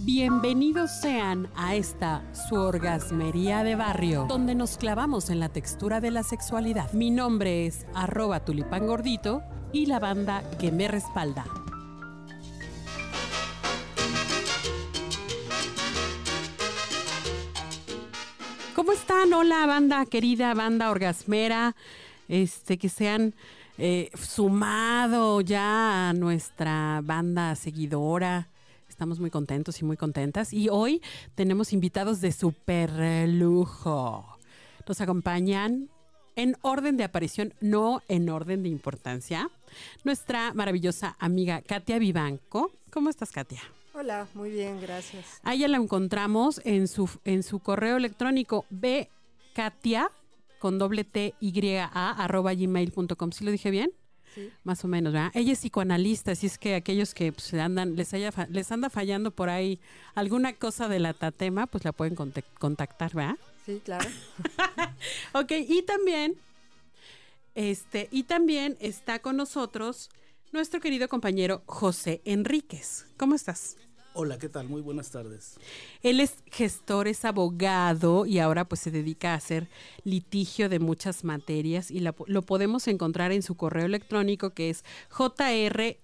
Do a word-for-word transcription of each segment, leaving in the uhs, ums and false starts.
Bienvenidos sean a esta su orgasmería de barrio, donde nos clavamos en la textura de la sexualidad. Mi nombre es arroba tulipán gordito y la banda que me respalda. ¿Cómo están? Hola, banda querida, banda orgasmera, este, que se han eh, sumado ya a nuestra banda seguidora. Estamos muy contentos y muy contentas. Y hoy tenemos invitados de super lujo. Nos acompañan en orden de aparición, no en orden de importancia, nuestra maravillosa amiga Katia Vivanco. ¿Cómo estás, Katia? Hola, muy bien, gracias. A ella la encontramos en su, en su correo electrónico bkatia con doble t y a arroba gmail punto com. ¿Sí lo dije bien? Sí. Más o menos, ¿verdad? Ella es psicoanalista, así es que aquellos que pues, andan, les, haya, les anda fallando por ahí alguna cosa de la tatema, pues la pueden contactar, ¿verdad? Sí, claro. Ok, y también, este, y también está con nosotros nuestro querido compañero José Enríquez. ¿Cómo estás? Hola, ¿qué tal? Muy buenas tardes. Él es gestor, es abogado y ahora pues se dedica a hacer litigio de muchas materias y la, lo podemos encontrar en su correo electrónico que es jrhenriquez,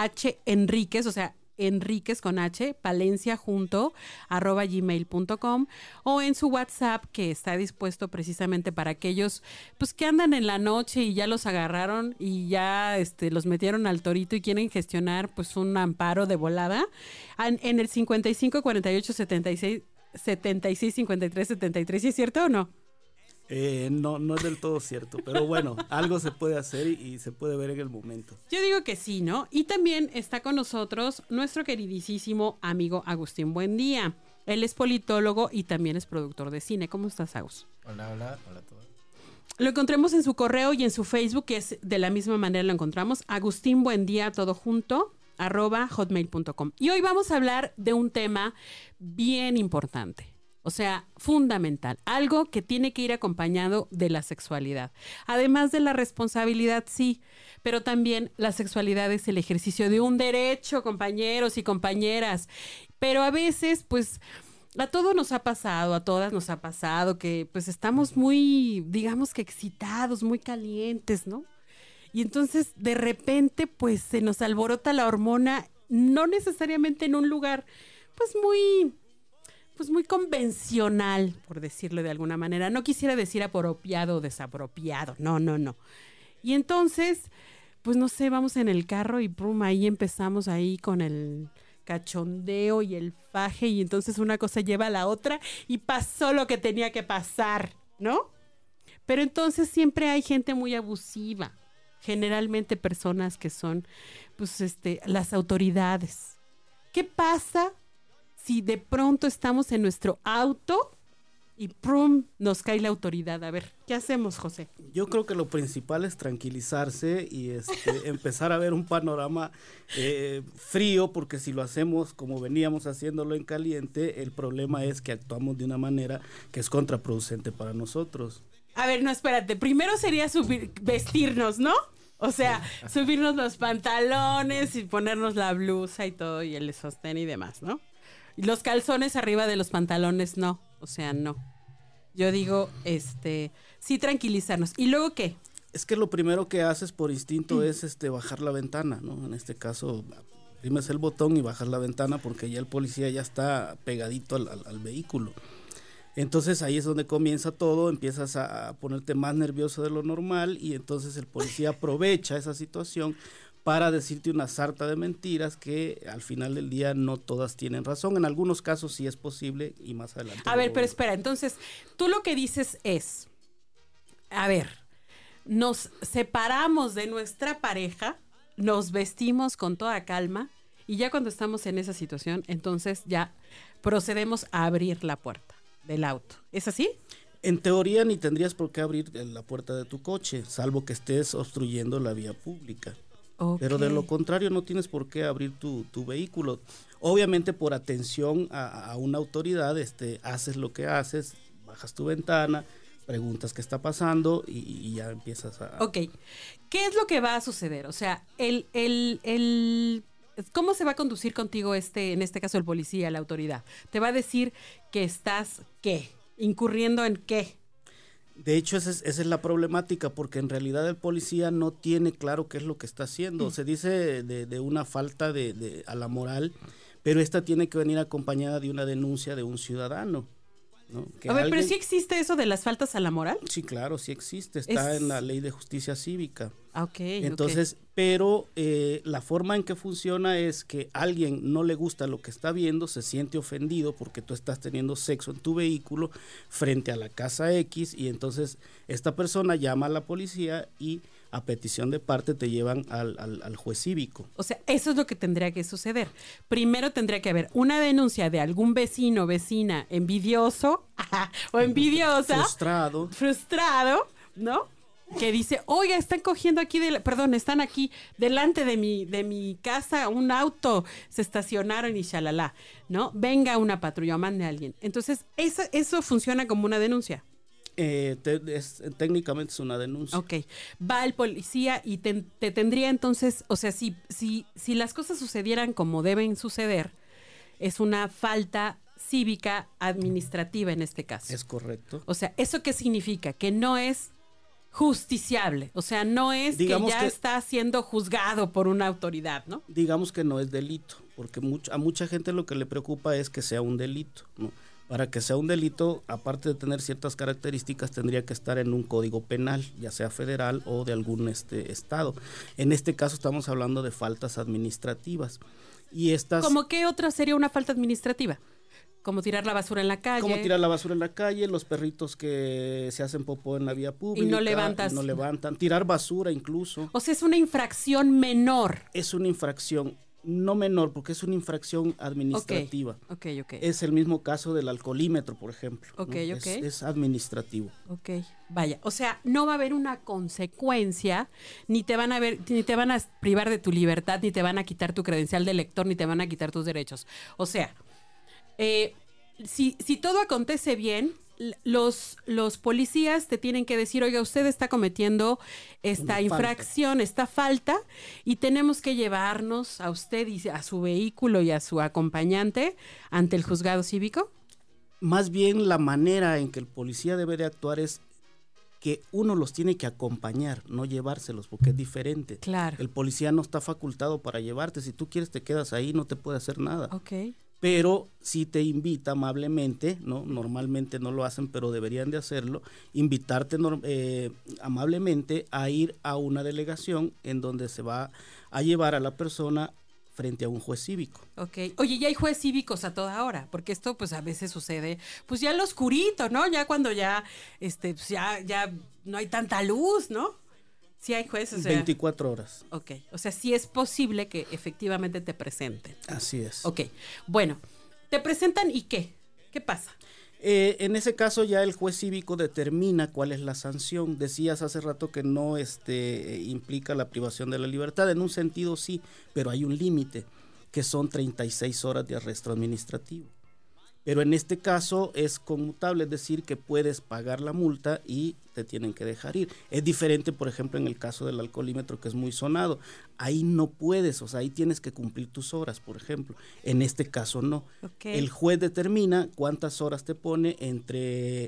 o sea, Enríquez con H, Palencia junto, arroba gmail punto com, o en su WhatsApp que está dispuesto precisamente para aquellos pues que andan en la noche y ya los agarraron y ya este los metieron al torito y quieren gestionar pues un amparo de volada en, en el cincuenta y cinco cuarenta y ocho setenta y seis setenta y seis cincuenta y tres setenta y tres. ¿Sí es cierto o no? Eh, no, no es del todo cierto, pero bueno, algo se puede hacer y, y se puede ver en el momento. Yo digo que sí, ¿no? Y también está con nosotros nuestro queridísimo amigo Agustín Buendía. Él es politólogo y también es productor de cine. ¿Cómo estás, Agus? Hola, hola, hola a todos. Lo encontramos en su correo y en su Facebook, que es de la misma manera lo encontramos. Agustín Buendía, todo junto, arroba hotmail punto com. Y hoy vamos a hablar de un tema bien importante. O sea, fundamental, algo que tiene que ir acompañado de la sexualidad. Además de la responsabilidad, sí, pero también la sexualidad es el ejercicio de un derecho, compañeros y compañeras. Pero a veces, pues, a todos nos ha pasado, a todas nos ha pasado que, pues, estamos muy, digamos que excitados, muy calientes, ¿no? Y entonces, de repente, pues, se nos alborota la hormona, no necesariamente en un lugar, pues, muy... pues muy convencional, por decirlo de alguna manera. No quisiera decir apropiado o desapropiado, no, no, no. Y entonces, pues no sé, vamos en el carro y pum, ahí empezamos ahí con el cachondeo y el faje y entonces una cosa lleva a la otra y pasó lo que tenía que pasar, ¿no? Pero entonces siempre hay gente muy abusiva, generalmente personas que son, pues, este, las autoridades. ¿Qué pasa si de pronto estamos en nuestro auto y ¡prum! Nos cae la autoridad? A ver, ¿qué hacemos, José? Yo creo que lo principal es tranquilizarse y este, empezar a ver un panorama eh, frío, porque si lo hacemos como veníamos haciéndolo en caliente, el problema es que actuamos de una manera que es contraproducente para nosotros. A ver, no, espérate, primero sería subir, vestirnos, ¿no? O sea, subirnos los pantalones y ponernos la blusa y todo y el sostén y demás, ¿no? Y los calzones arriba de los pantalones, no. O sea, no. Yo digo, este, sí tranquilizarnos. ¿Y luego qué? Es que lo primero que haces por instinto es este bajar la ventana, ¿no? En este caso, oprimes el botón y bajas la ventana porque ya el policía ya está pegadito al, al, al vehículo. Entonces ahí es donde comienza todo, empiezas a, a ponerte más nervioso de lo normal y entonces el policía aprovecha esa situación para decirte una sarta de mentiras que al final del día no todas tienen razón. En algunos casos sí es posible y más adelante. A ver, pero espera, entonces, tú lo que dices es, a ver, nos separamos de nuestra pareja, nos vestimos con toda calma y ya cuando estamos en esa situación, entonces ya procedemos a abrir la puerta del auto. ¿Es así? En teoría ni tendrías por qué abrir la puerta de tu coche, salvo que estés obstruyendo la vía pública. Okay. Pero de lo contrario no tienes por qué abrir tu, tu vehículo. Obviamente por atención a, a una autoridad, este, haces lo que haces, bajas tu ventana, preguntas qué está pasando y, y ya empiezas a... Ok, ¿qué es lo que va a suceder? O sea, el, el, el ¿cómo se va a conducir contigo este, en este caso el policía, la autoridad? Te va a decir que estás, ¿qué? ¿Incurriendo en qué? De hecho, esa es, esa es la problemática, porque en realidad el policía no tiene claro qué es lo que está haciendo. Mm. Se dice de, de una falta de, de, a la moral, pero esta tiene que venir acompañada de una denuncia de un ciudadano, ¿no? Que a ver, alguien... pero ¿sí existe eso de las faltas a la moral? Sí, claro, sí existe, está es... en la Ley de Justicia Cívica. Ok, Entonces, okay. pero eh, la forma en que funciona es que a alguien no le gusta lo que está viendo, se siente ofendido porque tú estás teniendo sexo en tu vehículo frente a la casa X, y entonces esta persona llama a la policía y a petición de parte te llevan al, al, al juez cívico. O sea, eso es lo que tendría que suceder. Primero tendría que haber una denuncia de algún vecino, vecina envidioso o envidiosa. Frustrado. Frustrado, ¿no? Que dice, oiga, están cogiendo aquí, de la, perdón, están aquí delante de mi, de mi casa un auto, se estacionaron y shalala, ¿no? Venga una patrulla, mande a alguien. Entonces, eso, eso funciona como una denuncia. Eh, te, es, técnicamente es una denuncia. Ok, va el policía y te, te tendría entonces, o sea, si, si, si las cosas sucedieran como deben suceder, es una falta cívica administrativa en este caso. Es correcto. O sea, ¿eso qué significa? Que no es justiciable, o sea, no es digamos que ya que, está siendo juzgado por una autoridad, ¿no? Digamos que no es delito, porque mucho, a mucha gente lo que le preocupa es que sea un delito, ¿no? Para que sea un delito, aparte de tener ciertas características, tendría que estar en un código penal, ya sea federal o de algún este, estado. En este caso estamos hablando de faltas administrativas. Y estas... ¿Cómo qué otra sería una falta administrativa? Como tirar la basura en la calle. Como tirar la basura en la calle, los perritos que se hacen popó en la vía pública. Y no levantas. Y no levantan. Tirar basura incluso. O sea, es una infracción menor. Es una infracción no menor, porque es una infracción administrativa. Ok, ok. Es el mismo caso del alcoholímetro, por ejemplo. Ok, ¿no? ok. Es, es administrativo. Ok, vaya. O sea, no va a haber una consecuencia, ni te van a ver, ni te van a privar de tu libertad, ni te van a quitar tu credencial de lector, ni te van a quitar tus derechos. O sea, eh, si, si todo acontece bien, los, los policías te tienen que decir, oiga, usted está cometiendo esta Una infracción, falta. esta falta, y tenemos que llevarnos a usted y a su vehículo y a su acompañante ante el juzgado cívico. Más bien la manera en que el policía debe de actuar es que uno los tiene que acompañar, no llevárselos, porque es diferente. Claro. El policía no está facultado para llevarte. Si tú quieres te quedas ahí, no te puede hacer nada. Ok. Pero sí te invita amablemente, ¿no? Normalmente no lo hacen, pero deberían de hacerlo, invitarte eh, amablemente a ir a una delegación en donde se va a llevar a la persona frente a un juez cívico. Ok. Oye, ya hay juez cívicos a toda hora, porque esto pues a veces sucede, pues ya al oscurito, ¿no? Ya cuando ya, este, pues ya, ya no hay tanta luz, ¿no? Sí hay jueces. O sea, veinticuatro horas. Ok, o sea, sí es posible que efectivamente te presenten. Así es. Ok, bueno, ¿te presentan y qué? ¿Qué pasa? Eh, en ese caso ya el juez cívico determina cuál es la sanción. Decías hace rato que no este, implica la privación de la libertad. En un sentido sí, pero hay un límite, que son treinta y seis horas de arresto administrativo. Pero en este caso es conmutable, es decir, que puedes pagar la multa y te tienen que dejar ir. Es diferente, por ejemplo, en el caso del alcoholímetro, que es muy sonado. Ahí no puedes, o sea, ahí tienes que cumplir tus horas, por ejemplo. En este caso no. Okay. El juez determina cuántas horas te pone, entre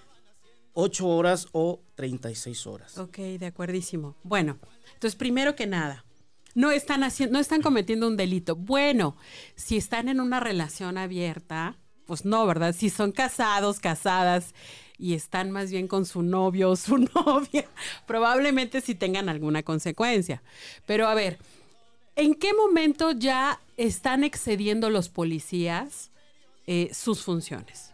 ocho horas o treinta y seis horas. Ok, de acuerdísimo. Bueno, entonces primero que nada, no están haciendo, no están cometiendo un delito. Bueno, si están en una relación abierta, pues no, ¿verdad? Si son casados, casadas y están más bien con su novio o su novia, probablemente sí tengan alguna consecuencia. Pero a ver, ¿en qué momento ya están excediendo los policías eh, sus funciones?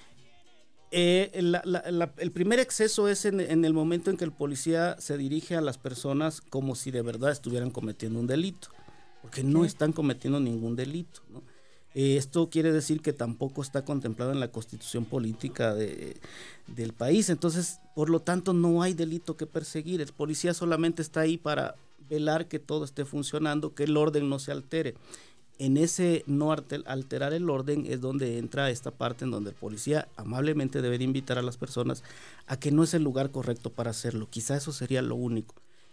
Eh, la, la, la, el primer exceso es en, en el momento en que el policía se dirige a las personas como si de verdad estuvieran cometiendo un delito, porque no Okay. están cometiendo ningún delito, ¿no? Eh, esto quiere decir que tampoco está contemplado en la constitución política de, del país. Entonces, por lo tanto, no hay delito que perseguir. El policía solamente está ahí para velar que todo esté funcionando, que el orden no se altere. En ese no alterar el orden es donde entra esta parte en donde el policía amablemente debe de invitar a las personas a que no es el lugar correcto para hacerlo. Quizá eso sería lo único.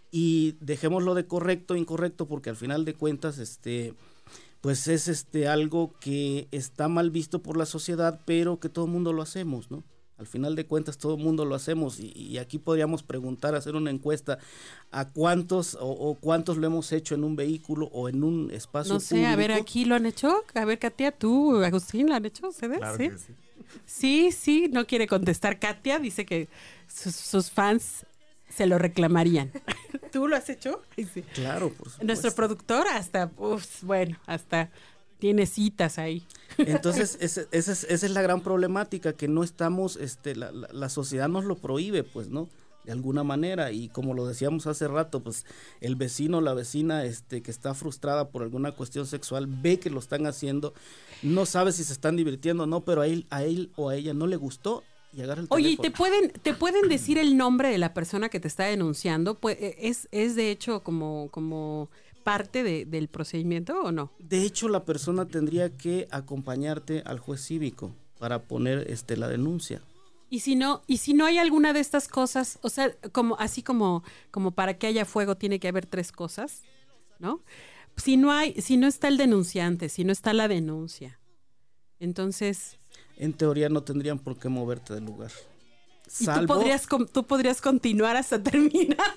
y dejémoslo de correcto, incorrecto, porque al final de cuentas, este, pues es este algo que está mal visto por la sociedad, pero que todo el mundo lo hacemos, ¿no? Al final de cuentas todo el mundo lo hacemos y, y aquí podríamos preguntar, hacer una encuesta a cuántos o, o cuántos lo hemos hecho en un vehículo o en un espacio No sé, público. a ver, aquí lo han hecho. A ver, Katia, tú, Agustín, ¿lo han hecho ustedes? Claro ¿Sí? que sí. Sí, sí, no quiere contestar Katia, dice que sus, sus fans se lo reclamarían. ¿Tú lo has hecho? Sí. Claro, por supuesto. Nuestro productor hasta, uf, bueno, hasta tiene citas ahí. Entonces, ese, esa, es, esa es la gran problemática, que no estamos, este, la, la, la sociedad nos lo prohíbe, pues, ¿no? De alguna manera, y como lo decíamos hace rato, pues, el vecino o la vecina, este, que está frustrada por alguna cuestión sexual, ve que lo están haciendo, no sabe si se están divirtiendo o no, pero a él, a él o a ella no le gustó, y agarra el Oye, ¿y teléfono. te pueden, te pueden decir el nombre de la persona que te está denunciando? Pues, ¿es, es de hecho como, como parte de, del procedimiento o no? De hecho, la persona tendría que acompañarte al juez cívico para poner este, la denuncia. Y si no, y si no hay alguna de estas cosas, o sea, como así como, como para que haya fuego tiene que haber tres cosas, ¿no? Si no hay, si no está el denunciante, si no está la denuncia, entonces. En teoría no tendrían por qué moverte del lugar. Y Salvo, tú podrías, tú podrías continuar hasta terminar.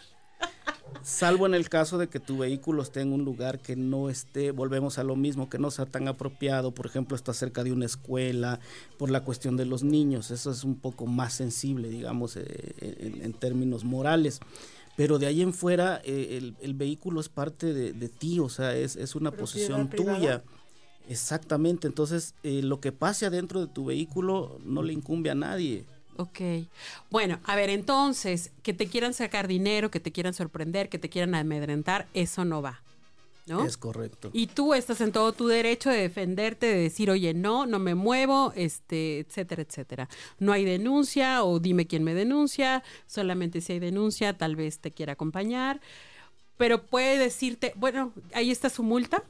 Salvo en el caso de que tu vehículo esté en un lugar que no esté, volvemos a lo mismo, que no sea tan apropiado, por ejemplo, está cerca de una escuela, por la cuestión de los niños, eso es un poco más sensible, digamos, eh, en, en términos morales. Pero de ahí en fuera, eh, el, el vehículo es parte de, de ti, o sea, es, es una posesión privada. tuya. Exactamente, entonces eh, lo que pase adentro de tu vehículo no le incumbe a nadie. Ok. Bueno, a ver, entonces, que te quieran sacar dinero, que te quieran sorprender, que te quieran amedrentar, eso no va, ¿no? Es correcto. Y tú estás en todo tu derecho de defenderte, de decir, oye, no, no me muevo, este, etcétera, etcétera. No hay denuncia o dime quién me denuncia, solamente si hay denuncia, tal vez te quiera acompañar, pero puede decirte, bueno, ahí está su multa.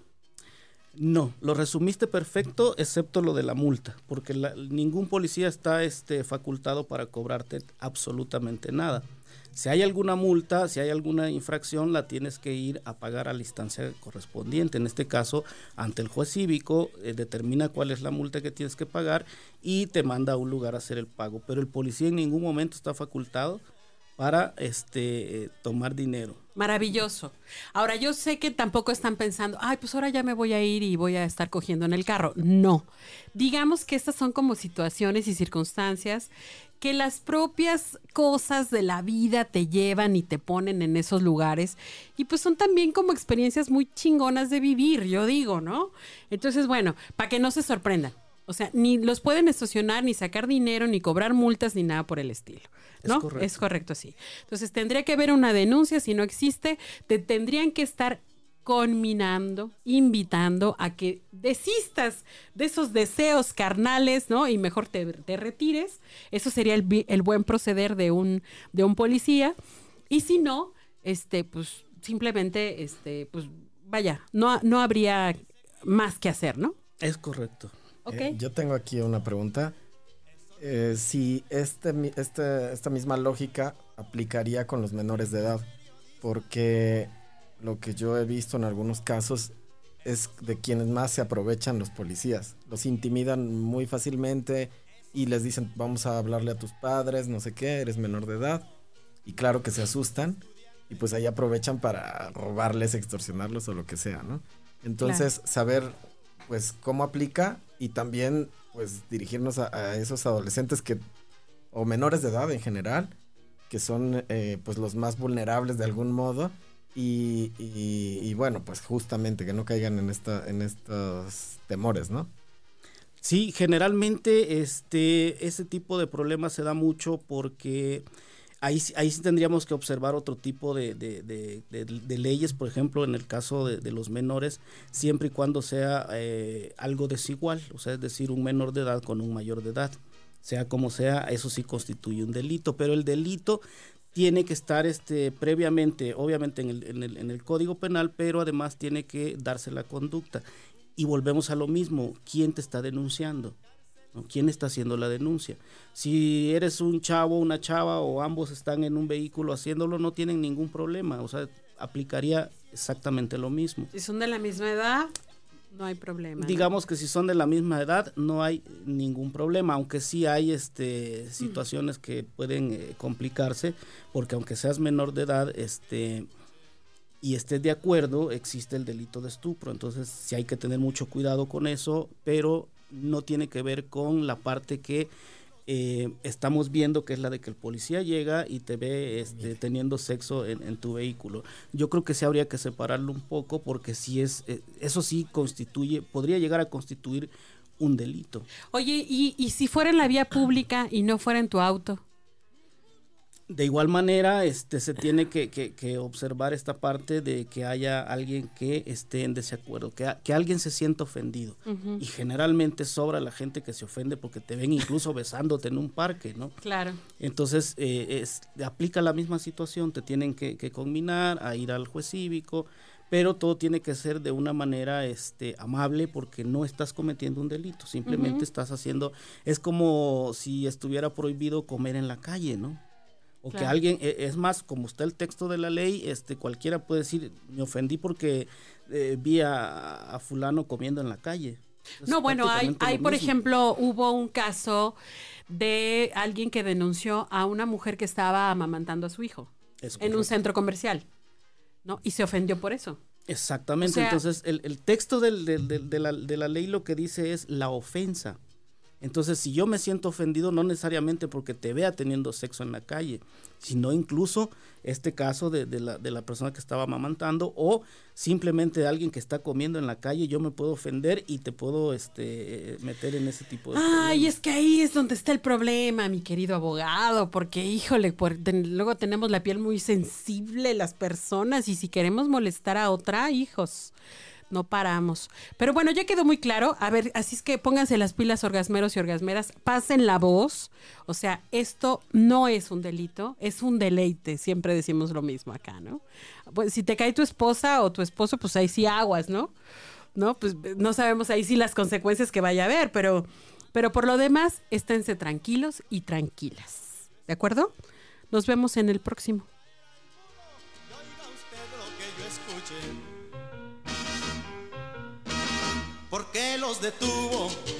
No, lo resumiste perfecto, excepto lo de la multa, porque la, ningún policía está este, facultado para cobrarte absolutamente nada. Si hay alguna multa, si hay alguna infracción, la tienes que ir a pagar a la instancia correspondiente. En este caso, ante el juez cívico, eh, determina cuál es la multa que tienes que pagar y te manda a un lugar a hacer el pago. Pero el policía en ningún momento está facultado para este eh, tomar dinero. Maravilloso. Ahora, yo sé que tampoco están pensando, ay, pues ahora ya me voy a ir y voy a estar cogiendo en el carro. No. Digamos que estas son como situaciones y circunstancias que las propias cosas de la vida te llevan y te ponen en esos lugares. Y pues son también como experiencias muy chingonas de vivir, yo digo, ¿no? Entonces, bueno, para que no se sorprendan. O sea, ni los pueden estacionar, ni sacar dinero, ni cobrar multas, ni nada por el estilo, ¿no? Es correcto. Es correcto, sí. Entonces, tendría que haber una denuncia. Si no existe, te tendrían que estar conminando, invitando a que desistas de esos deseos carnales, ¿no? Y mejor te, te retires. Eso sería el, bi- el buen proceder de un, de un policía. Y si no, este, pues, simplemente, este, pues, vaya, no, no habría más que hacer, ¿no? Es correcto. Ok. Eh, yo tengo aquí una pregunta. Eh, si este, mi- este, esta misma lógica aplicaría con los menores de edad, porque lo que yo he visto en algunos casos es de quienes más se aprovechan los policías. Los intimidan muy fácilmente y les dicen, vamos a hablarle a tus padres, no sé qué, eres menor de edad. Y claro que se asustan y pues ahí aprovechan para robarles, extorsionarlos o lo que sea, ¿no? Entonces, saber pues cómo aplica y también pues dirigirnos a, a esos adolescentes que o menores de edad en general, que son eh, pues los más vulnerables de algún modo y, y, y bueno, pues justamente que no caigan en esta en estos temores, ¿no? Sí, generalmente este ese tipo de problemas se da mucho porque ahí, ahí sí tendríamos que observar otro tipo de, de, de, de, de leyes, por ejemplo, en el caso de, de los menores, siempre y cuando sea eh, algo desigual, o sea, es decir, un menor de edad con un mayor de edad, sea como sea, eso sí constituye un delito, pero el delito tiene que estar este previamente, obviamente en el, en el, en el Código Penal, pero además tiene que darse la conducta. Y volvemos a lo mismo, ¿quién te está denunciando? ¿no? ¿Quién está haciendo la denuncia? Si eres un chavo, una chava o ambos están en un vehículo haciéndolo, no tienen ningún problema, o sea, aplicaría exactamente lo mismo. Si son de la misma edad, no hay problema. Digamos, ¿no? que si son de la misma edad, no hay ningún problema, aunque sí hay este, situaciones mm. que pueden eh, complicarse, porque aunque seas menor de edad, este... y estés de acuerdo, existe el delito de estupro, entonces sí hay que tener mucho cuidado con eso, pero no tiene que ver con la parte que eh, estamos viendo, que es la de que el policía llega y te ve este, teniendo sexo en, en tu vehículo. Yo creo que sí habría que separarlo un poco, porque sí es, eh, eso sí constituye, podría llegar a constituir un delito. Oye, ¿y, y si fuera en la vía pública y no fuera en tu auto? De igual manera, este, se tiene que, que, que observar esta parte de que haya alguien que esté en desacuerdo, que, que alguien se sienta ofendido. Uh-huh. Y generalmente sobra la gente que se ofende porque te ven incluso besándote en un parque, ¿no? Claro. Entonces, eh, es, aplica la misma situación, te tienen que, que conminar a ir al juez cívico, pero todo tiene que ser de una manera este, amable, porque no estás cometiendo un delito, simplemente uh-huh. estás haciendo, es como si estuviera prohibido comer en la calle, ¿no? O claro. que alguien, es más, como está el texto de la ley, este cualquiera puede decir, me ofendí porque eh, vi a, a fulano comiendo en la calle. Es no, bueno, hay, hay por ejemplo, hubo un caso de alguien que denunció a una mujer que estaba amamantando a su hijo en un centro comercial, ¿no? Y se ofendió por eso. Exactamente, o sea, entonces el, el texto del, del, del, de, la, de la ley lo que dice es la ofensa. Entonces, si yo me siento ofendido, no necesariamente porque te vea teniendo sexo en la calle, sino incluso este caso de, de, la, de la persona que estaba amamantando, o simplemente de alguien que está comiendo en la calle, yo me puedo ofender y te puedo este, meter en ese tipo de problemas. Ay, es que ahí es donde está el problema, mi querido abogado, porque híjole, por, ten, luego tenemos la piel muy sensible las personas, y si queremos molestar a otra, hijos, no paramos. Pero bueno, ya quedó muy claro. A ver, así es que pónganse las pilas, orgasmeros y orgasmeras, pasen la voz. O sea, esto no es un delito, es un deleite. Siempre decimos lo mismo acá, ¿no? Pues si te cae tu esposa o tu esposo, pues ahí sí aguas, ¿no? No, pues no sabemos ahí sí las consecuencias que vaya a haber, pero, pero por lo demás, esténse tranquilos y tranquilas. ¿De acuerdo? Nos vemos en el próximo. ¿Por qué los detuvo?